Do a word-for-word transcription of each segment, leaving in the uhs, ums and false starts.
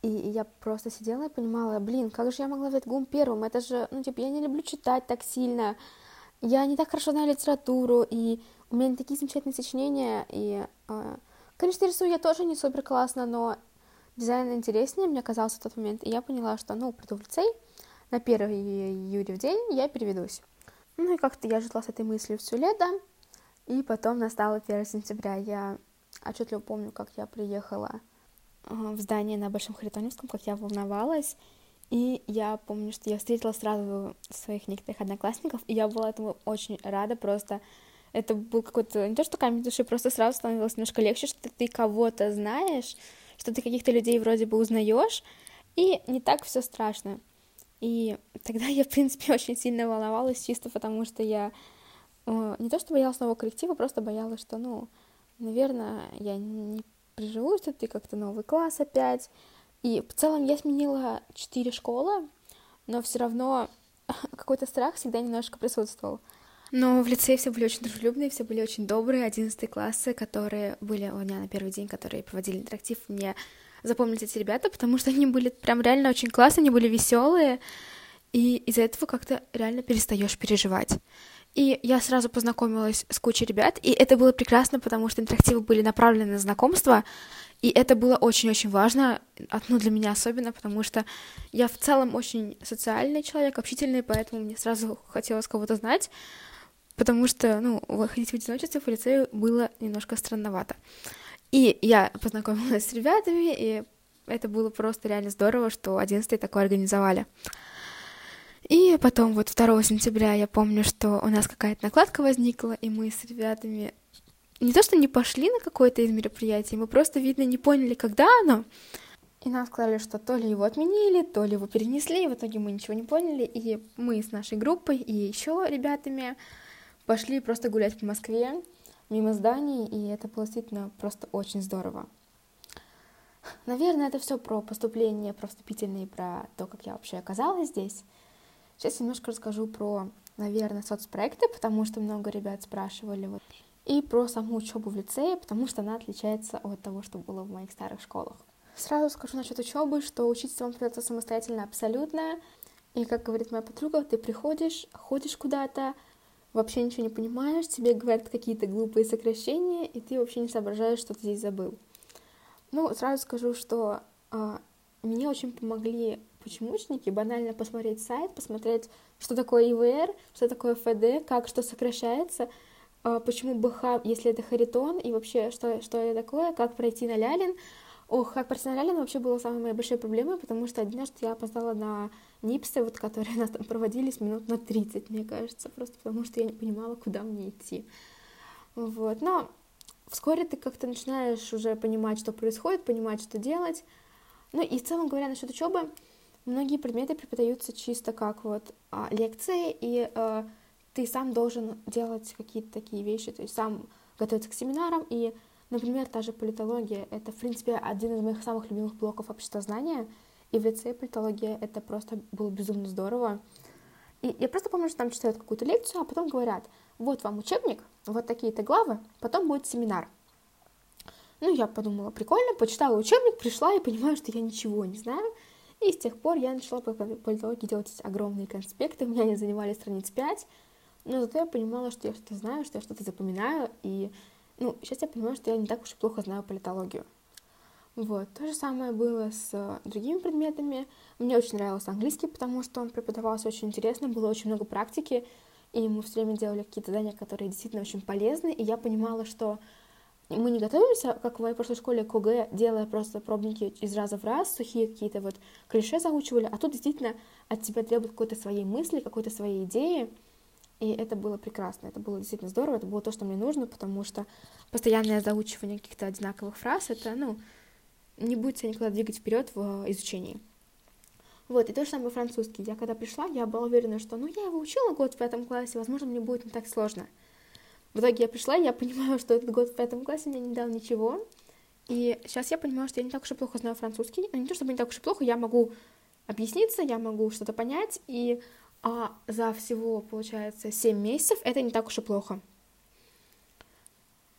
И я просто сидела и понимала, блин, как же я могла взять ГУМ первым? Это же, ну, типа, я не люблю читать так сильно, я не так хорошо знаю литературу, и у меня не такие замечательные сочинения, и, э, конечно, рисую я тоже не супер классно, но дизайн интереснее мне казался в тот момент, и я поняла, что, ну, приду в лицей, на первого июля в день я переведусь. Ну, и как-то я жила с этой мыслью все лето, и потом настало первое сентября. Я отчетливо помню, как я приехала в здание на Большом Харитоневском, как я волновалась, и я помню, что я встретила сразу своих некоторых одноклассников, и я была этому очень рада, просто это был какой-то, не то что камень души, просто сразу становилось немножко легче, что ты кого-то знаешь, что ты каких-то людей вроде бы узнаешь, и не так все страшно. И тогда я, в принципе, очень сильно волновалась, чисто потому что я э, не то что боялась нового коллектива, просто боялась, что, ну, наверное, я не приживусь, тут и как-то новый класс опять. И в целом я сменила четыре школы, но все равно какой-то страх всегда немножко присутствовал. Но в лицее все были очень дружелюбные, все были очень добрые. Одиннадцатые классы, которые были у меня на первый день, которые проводили интерактив, мне запомнились эти ребята, потому что они были прям реально очень классные, они были веселые, и из-за этого как-то реально перестаешь переживать. И я сразу познакомилась с кучей ребят, и это было прекрасно, потому что интерактивы были направлены на знакомство, и это было очень-очень важно, ну, для меня особенно, потому что я в целом очень социальный человек, общительный, поэтому мне сразу хотелось кого-то знать, потому что, ну, выходить в одиночестве в лицее было немножко странновато. И я познакомилась с ребятами, и это было просто реально здорово, что одиннадцатые такое организовали. И потом вот второго сентября я помню, что у нас какая-то накладка возникла, и мы с ребятами не то что не пошли на какое-то из мероприятий, мы просто, видно, не поняли, когда оно. И нам сказали, что то ли его отменили, то ли его перенесли, и в итоге мы ничего не поняли, и мы с нашей группой и еще ребятами пошли просто гулять по Москве, мимо зданий, и это было действительно просто очень здорово. Наверное, это все про поступление, про вступительные, про то, как я вообще оказалась здесь. Сейчас немножко расскажу про, наверное, соцпроекты, потому что много ребят спрашивали, вот, и про саму учебу в лицее, потому что она отличается от того, что было в моих старых школах. Сразу скажу насчет учебы, что учиться вам придется самостоятельно абсолютно, и, как говорит моя подруга, ты приходишь, ходишь куда-то, вообще ничего не понимаешь, тебе говорят какие-то глупые сокращения, и ты вообще не соображаешь, что ты здесь забыл. Ну, сразу скажу, что э, мне очень помогли почемучники, банально посмотреть сайт, посмотреть, что такое ИВР, что такое ФД, как что сокращается, э, почему БХ, если это Харитон, и вообще, что, что это такое, как пройти на Лялин. Ох, как пройти на Лялин вообще было самой моей большой проблемой, потому что один раз я опоздала на НИПСы, вот, которые у нас там проводились минут на тридцать, мне кажется, просто потому что я не понимала, куда мне идти. Вот, но вскоре ты как-то начинаешь уже понимать, что происходит, понимать, что делать. Ну и в целом говоря насчет учебы, многие предметы преподаются чисто как вот а, лекции, и а, ты сам должен делать какие-то такие вещи, то есть сам готовиться к семинарам, и, например, та же политология, это, в принципе, один из моих самых любимых блоков обществознания, и в лицее политология это просто было безумно здорово. И я просто помню, что там читают какую-то лекцию, а потом говорят, вот вам учебник, вот такие-то главы, потом будет семинар. Ну, я подумала, прикольно, почитала учебник, пришла и понимаю, что я ничего не знаю. И с тех пор я начала по политологии делать огромные конспекты, у меня они занимали страниц пять, но зато я понимала, что я что-то знаю, что я что-то запоминаю, и, ну, сейчас я понимаю, что я не так уж и плохо знаю политологию. Вот, то же самое было с другими предметами. Мне очень нравился английский, потому что он преподавался очень интересно, было очень много практики, и мы все время делали какие-то задания, которые действительно очень полезны, и я понимала, что мы не готовимся, как в моей прошлой школе, к ОГЭ, делая просто пробники из раза в раз, сухие какие-то вот клише заучивали, а тут действительно от тебя требуют какой-то своей мысли, какой-то своей идеи, и это было прекрасно, это было действительно здорово, это было то, что мне нужно, потому что постоянное заучивание каких-то одинаковых фраз, это, ну, не будет тебя никуда двигать вперед в изучении. Вот, и то же самое французский. Я когда пришла, я была уверена, что, ну, я его учила год в пятом классе, возможно, мне будет не так сложно. В итоге я пришла, и я понимаю, что этот год в пятом классе мне не дал ничего. И сейчас я понимаю, что я не так уж и плохо знаю французский. Но не то чтобы не так уж и плохо, я могу объясниться, я могу что-то понять. И а, за всего, получается, семь месяцев это не так уж и плохо.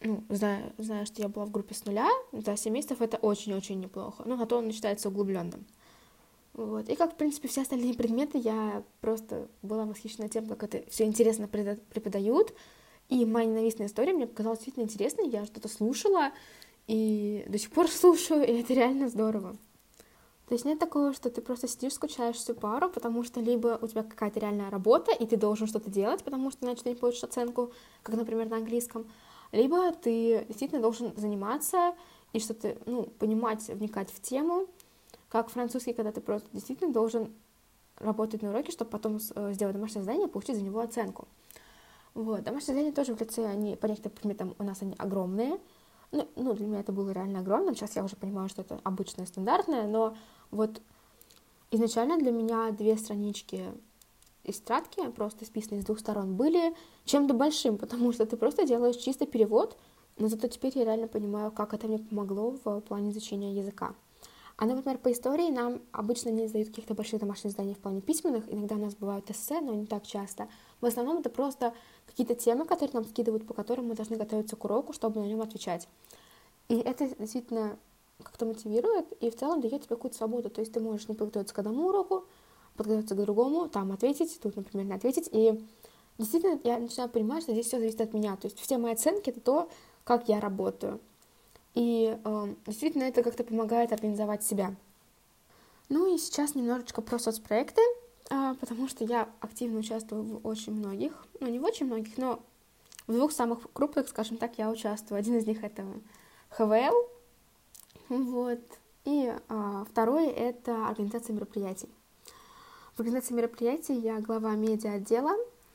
ну, зная, зная, что я была в группе с нуля, за семь месяцев это очень-очень неплохо. Ну, а то он считается углубленным. Вот. И как, в принципе, все остальные предметы, я просто была восхищена тем, как это все интересно преподают. И моя ненавистная история мне показалась действительно интересной. Я что-то слушала, и до сих пор слушаю, и это реально здорово. То есть нет такого, что ты просто сидишь, скучаешь всю пару, потому что либо у тебя какая-то реальная работа, и ты должен что-то делать, потому что иначе ты не получишь оценку, как, например, на английском, либо ты действительно должен заниматься и что-то, ну, понимать, вникать в тему, как французский, когда ты просто действительно должен работать на уроке, чтобы потом сделать домашнее задание и получить за него оценку. Вот. Домашние задания тоже в лице, они по некоторым предметам у нас они огромные. Ну, ну, для меня это было реально огромно. Сейчас я уже понимаю, что это обычное, стандартное, но вот изначально для меня две странички из тетрадки, просто исписанные с двух сторон, были чем-то большим, потому что ты просто делаешь чисто перевод, но зато теперь я реально понимаю, как это мне помогло в плане изучения языка. А, например, по истории нам обычно не задают каких-то больших домашних заданий в плане письменных, иногда у нас бывают эссе, но не так часто. В основном это просто какие-то темы, которые нам скидывают, по которым мы должны готовиться к уроку, чтобы на нем отвечать. И это действительно как-то мотивирует и в целом дает тебе какую-то свободу. То есть ты можешь не подготовиться к одному уроку, подготовиться к другому, там ответить, тут, например, не ответить. И действительно я начинаю понимать, что здесь все зависит от меня. То есть все мои оценки — это то, как я работаю. И э, действительно это как-то помогает организовать себя. Ну и сейчас немножечко про соцпроекты, э, потому что я активно участвую в очень многих, ну не в очень многих, но в двух самых крупных, скажем так, я участвую. Один из них — это ха вэ эл, вот, и э, второй — это организация мероприятий. В организации мероприятий я глава медиа-отдела,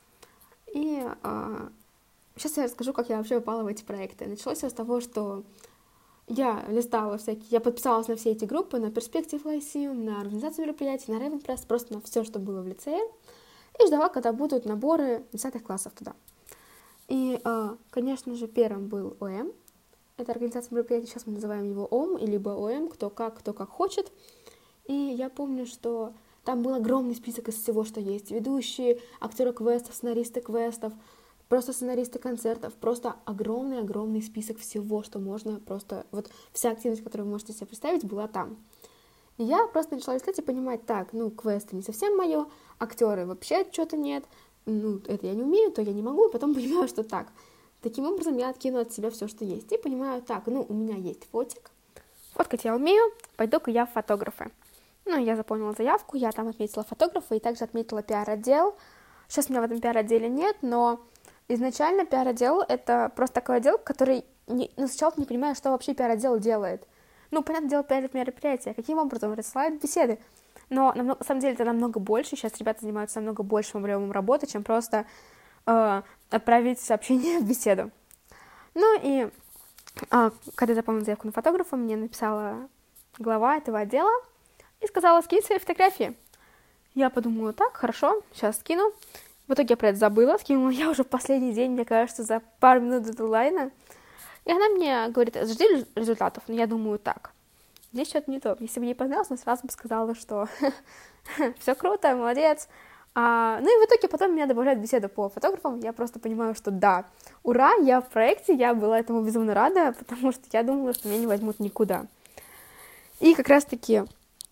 и э, сейчас я расскажу, как я вообще попала в эти проекты. Началось все с того, что я листала всякие, я подписалась на все эти группы, на Perspective ай эс ю, на организацию мероприятий, на Ravenpress, просто на все, что было в лицее, и ждала, когда будут наборы десятых классов туда. И, конечно же, первым был о эм, это организация мероприятий, сейчас мы называем его о эм, либо о эм, кто как, кто как хочет. И я помню, что там был огромный список из всего, что есть. Ведущие, актеры квестов, сценаристы квестов, просто сценаристы концертов, просто огромный-огромный список всего, что можно, просто вот вся активность, которую вы можете себе представить, была там. И я просто начала искать и понимать, так, ну, квесты не совсем мое, актеры вообще что-то нет, ну, это я не умею, то я не могу, и потом понимаю, что так. Таким образом я откину от себя все, что есть, и понимаю, так, ну, у меня есть фотик, фоткать я умею, пойду-ка я в фотографы. Ну, я заполнила заявку, я там отметила фотографа и также отметила пиар-отдел. Сейчас меня в этом пиар-отделе нет, но изначально пиар-отдел — это просто такой отдел, который, не, ну, сначала ты не понимаешь, что вообще пиар-отдел делает. Ну, понятное дело, пиар мероприятия, каким образом рассылают беседы. Но на, на самом деле это намного больше, сейчас ребята занимаются намного большим объемом работы, чем просто э, отправить сообщение в беседу. Ну и э, когда я заполнила заявку на фотографа, мне написала глава этого отдела и сказала: скинь свои фотографии. Я подумала: так, хорошо, сейчас скину. В итоге я про это забыла, скинула я уже в последний день, мне кажется, за пару минут до дедлайна. И она мне говорит: жди результатов. Но я думаю, так, здесь что-то не то. Если бы ей понравилось, она сразу бы сказала, что все круто, молодец. А, ну и в итоге потом меня добавляют в беседу по фотографам. Я просто понимаю, что да, ура, я в проекте, я была этому безумно рада, потому что я думала, что меня не возьмут никуда. И как раз-таки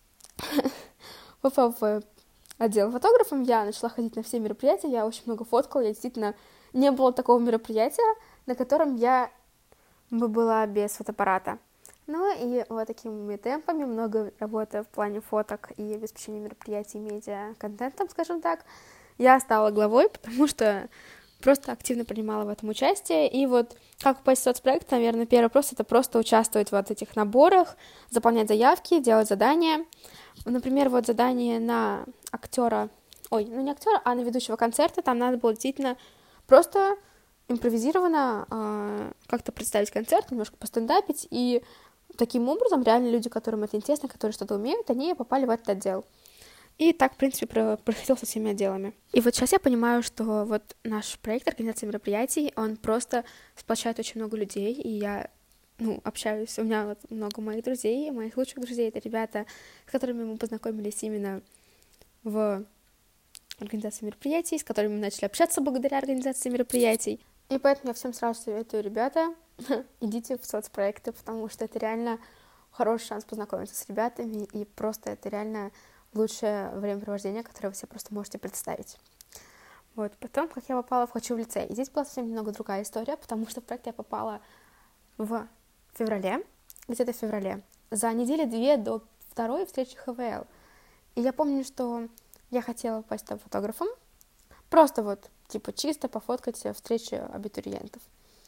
попав в отдел фотографом, я начала ходить на все мероприятия, я очень много фоткала, я действительно не было такого мероприятия, на котором я бы была без фотоаппарата. Ну и вот такими темпами, много работы в плане фоток и обеспечения мероприятий медиа контентом, скажем так, я стала главой, потому что просто активно принимала в этом участие. И вот как попасть в соцпроект, наверное, первый вопрос — это просто участвовать в вот этих наборах, заполнять заявки, делать задания. Например, вот задание на актера, ой, ну не актера, а на ведущего концерта, там надо было действительно просто импровизированно э, как-то представить концерт, немножко постендапить, и таким образом реально люди, которым это интересно, которые что-то умеют, они попали в этот отдел. И так, в принципе, проходил со всеми отделами. И вот сейчас я понимаю, что вот наш проект организации мероприятий, он просто сплочает очень много людей, и я, ну, общаюсь, у меня вот много моих друзей, моих лучших друзей, это ребята, с которыми мы познакомились именно в организации мероприятий, с которыми мы начали общаться благодаря организации мероприятий. И поэтому я всем сразу советую, ребята, идите в соцпроекты, потому что это реально хороший шанс познакомиться с ребятами, и просто это реально лучшее времяпровождение, которое вы себе просто можете представить. Вот, потом, как я попала в «Хочу в лицей». И здесь была совсем немного другая история, потому что в проект я попала в феврале, где-то в феврале, за недели-две до второй встречи ха вэ эл. И я помню, что я хотела попасть там фотографом, просто вот, типа, чисто пофоткать встречи абитуриентов.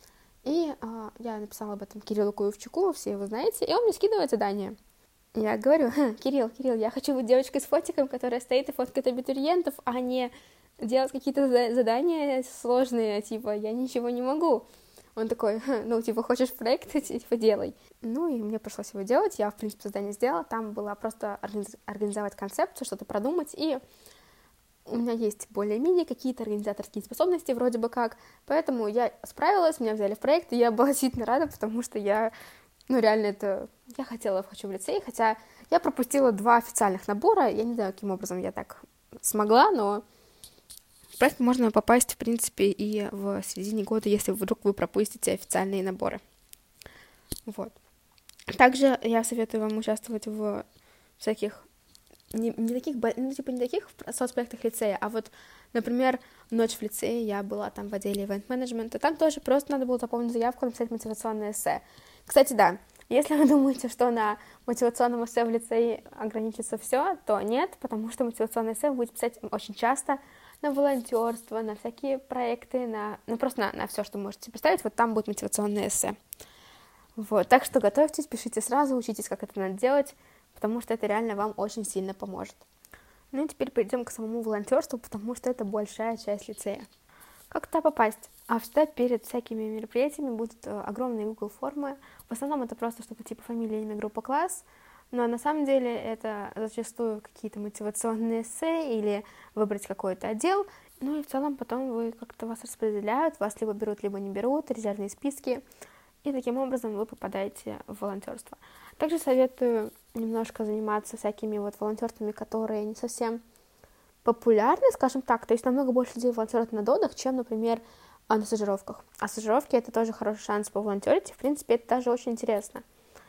И а, я написала об этом Кириллу Куевчуку, все его знаете, и он мне скидывает задание. И я говорю: хм, Кирилл, Кирилл, я хочу быть девочкой с фотиком, которая стоит и фоткает абитуриентов, а не делать какие-то задания сложные, типа, я ничего не могу. Он такой: хм, ну, типа, хочешь проект, типа, делай. Ну, и мне пришлось его делать, я, в принципе, задание сделала, там было просто организовать концепцию, что-то продумать, и у меня есть более-менее какие-то организаторские способности, вроде бы как, поэтому я справилась, меня взяли в проект, и я была действительно рада, потому что я, ну, реально это... Я хотела в «Хочу в лицей», хотя я пропустила два официальных набора, я не знаю, каким образом я так смогла, но в проект можно попасть, в принципе, и в середине года, если вдруг вы пропустите официальные наборы. Вот. Также я советую вам участвовать в всяких Не, не таких, ну, типа, не таких соцпроектах лицея, а вот, например, «Ночь в лицее», я была там в отделе ивент-менеджмента, там тоже просто надо было заполнить заявку, написать мотивационное эссе. Кстати, да, если вы думаете, что на мотивационном эссе в лицее ограничится все, то нет, потому что мотивационное эссе вы будете писать очень часто на волонтерство, на всякие проекты, на, ну, просто на, на все, что можете представить, вот там будет мотивационное эссе. Вот, так что готовьтесь, пишите сразу, учитесь, как это надо делать, потому что это реально вам очень сильно поможет. Ну и теперь перейдем к самому волонтерству, потому что это большая часть лицея. Как туда попасть? А всегда перед всякими мероприятиями будут огромные Google формы. В основном это просто что-то типа фамилия, имя, группа, класс. Но на самом деле это зачастую какие-то мотивационные эссе или выбрать какой-то отдел. Ну и в целом потом вы как-то вас распределяют, вас либо берут, либо не берут, резервные списки. И таким образом вы попадаете в волонтерство. Также советую немножко заниматься всякими вот волонтерствами, которые не совсем популярны, скажем так. То есть намного больше людей волонтерят на додах, чем, например, на стажировках. А стажировки — это тоже хороший шанс поволонтерить, и, в принципе, это даже очень интересно.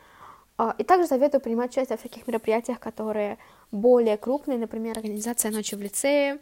И также советую принимать участие в всяких мероприятиях, которые более крупные, например, организация «Ночи в лицее»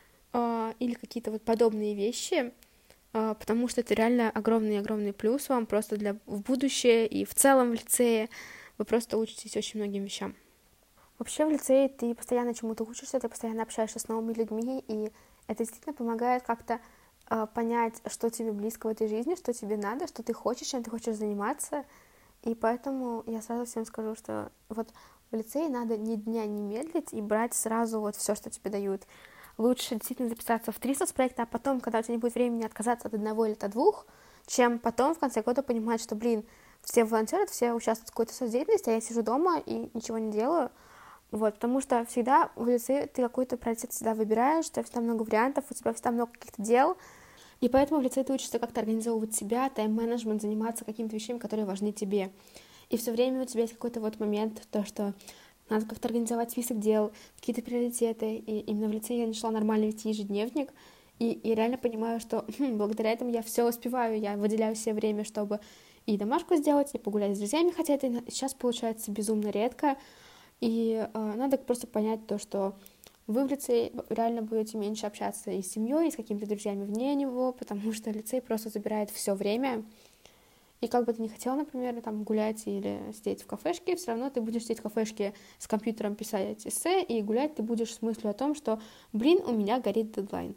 или какие-то вот подобные вещи, потому что это реально огромный-огромный плюс вам просто для в будущее и в целом в лицее. Вы просто учитесь очень многим вещам. Вообще в лицее ты постоянно чему-то учишься, ты постоянно общаешься с новыми людьми, и это действительно помогает как-то э, понять, что тебе близко в этой жизни, что тебе надо, что ты хочешь, чем ты хочешь заниматься. И поэтому я сразу всем скажу, что вот в лицее надо ни дня не медлить и брать сразу вот все, что тебе дают. Лучше действительно записаться в три соцпроекта, а потом, когда у тебя не будет времени, отказаться от одного или от двух, чем потом в конце года понимать, что, блин, все волонтерят, все участвуют в какой-то соцдеятельности, а я сижу дома и ничего не делаю. Вот, потому что всегда в лицее ты какой-то приоритет всегда выбираешь, у тебя всегда много вариантов, у тебя всегда много каких-то дел, и поэтому в лицее ты учишься как-то организовывать себя, тайм-менеджмент, заниматься какими-то вещами, которые важны тебе. И все время у тебя есть какой-то вот момент, то, что надо как-то организовать список дел, какие-то приоритеты, и именно в лицее я начала нормально вести ежедневник, и я реально понимаю, что хм, благодаря этому я все успеваю, я выделяю себе время, чтобы и домашку сделать, и погулять с друзьями, хотя это сейчас получается безумно редко, и э, надо просто понять то, что вы в лицее реально будете меньше общаться и с семьей, и с какими-то друзьями вне него, потому что лицей просто забирает все время. И как бы ты ни хотела, например, там гулять или сидеть в кафешке, все равно ты будешь сидеть в кафешке с компьютером, писать эссе, и гулять ты будешь с мыслью о том, что, блин, у меня горит дедлайн.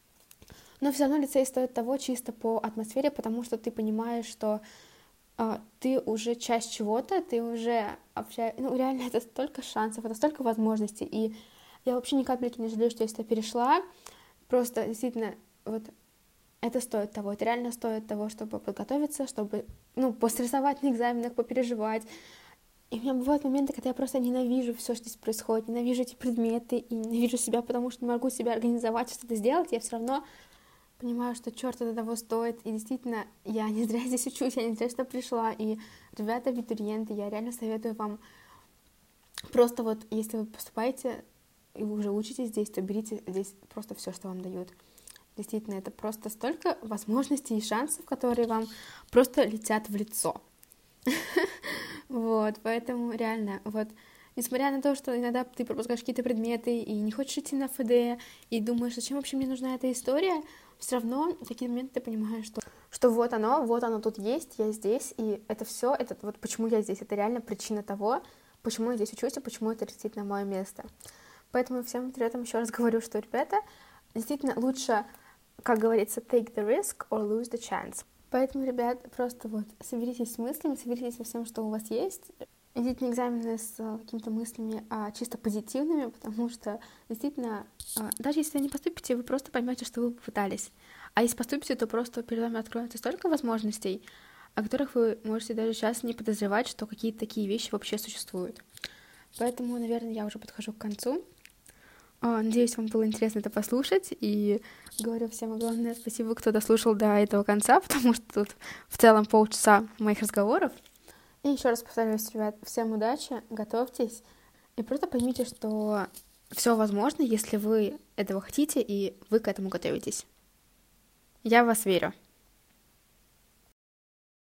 Но все равно лицей стоит того чисто по атмосфере, потому что ты понимаешь, что э, ты уже часть чего-то, ты уже общаешься... Ну, реально, это столько шансов, это столько возможностей, и я вообще ни капельки не жалею, что я сюда перешла. Просто, действительно, вот это стоит того, это реально стоит того, чтобы подготовиться, чтобы, ну, пострессовать на экзаменах, попереживать. И у меня бывают моменты, когда я просто ненавижу все, что здесь происходит, ненавижу эти предметы, и ненавижу себя, потому что не могу себя организовать, что-то сделать, я все равно понимаю, что черт это того стоит, и действительно, я не зря здесь учусь, я не зря сюда пришла, и ребята, абитуриенты, я реально советую вам просто вот, если вы поступаете и вы уже учитесь здесь, то берите здесь просто все, что вам дают. Действительно, это просто столько возможностей и шансов, которые вам просто летят в лицо. Вот, поэтому реально, вот, несмотря на то, что иногда ты пропускаешь какие-то предметы и не хочешь идти на эф дэ, и думаешь, зачем вообще мне нужна эта история, все равно в такие моменты ты понимаешь, что, что вот оно, вот оно тут есть, я здесь, и это все, это вот почему я здесь, это реально причина того, почему я здесь учусь, и почему это действительно мое место. Поэтому всем ребятам еще раз говорю, что, ребята, действительно лучше, как говорится, take the risk or lose the chance. Поэтому, ребят, просто вот соберитесь с мыслями, соберитесь со всем, что у вас есть. Идите на экзамены с какими-то мыслями а, чисто позитивными, потому что действительно, а, даже если вы не поступите, вы просто поймете, что вы попытались. А если поступите, то просто перед вами откроется столько возможностей, о которых вы можете даже сейчас не подозревать, что какие-то такие вещи вообще существуют. Поэтому, наверное, я уже подхожу к концу. Надеюсь, вам было интересно это послушать, и говорю всем огромное спасибо, кто дослушал до этого конца, потому что тут в целом полчаса моих разговоров. И еще раз повторюсь, ребят, всем удачи, готовьтесь, и просто поймите, что все возможно, если вы этого хотите, и вы к этому готовитесь. Я в вас верю.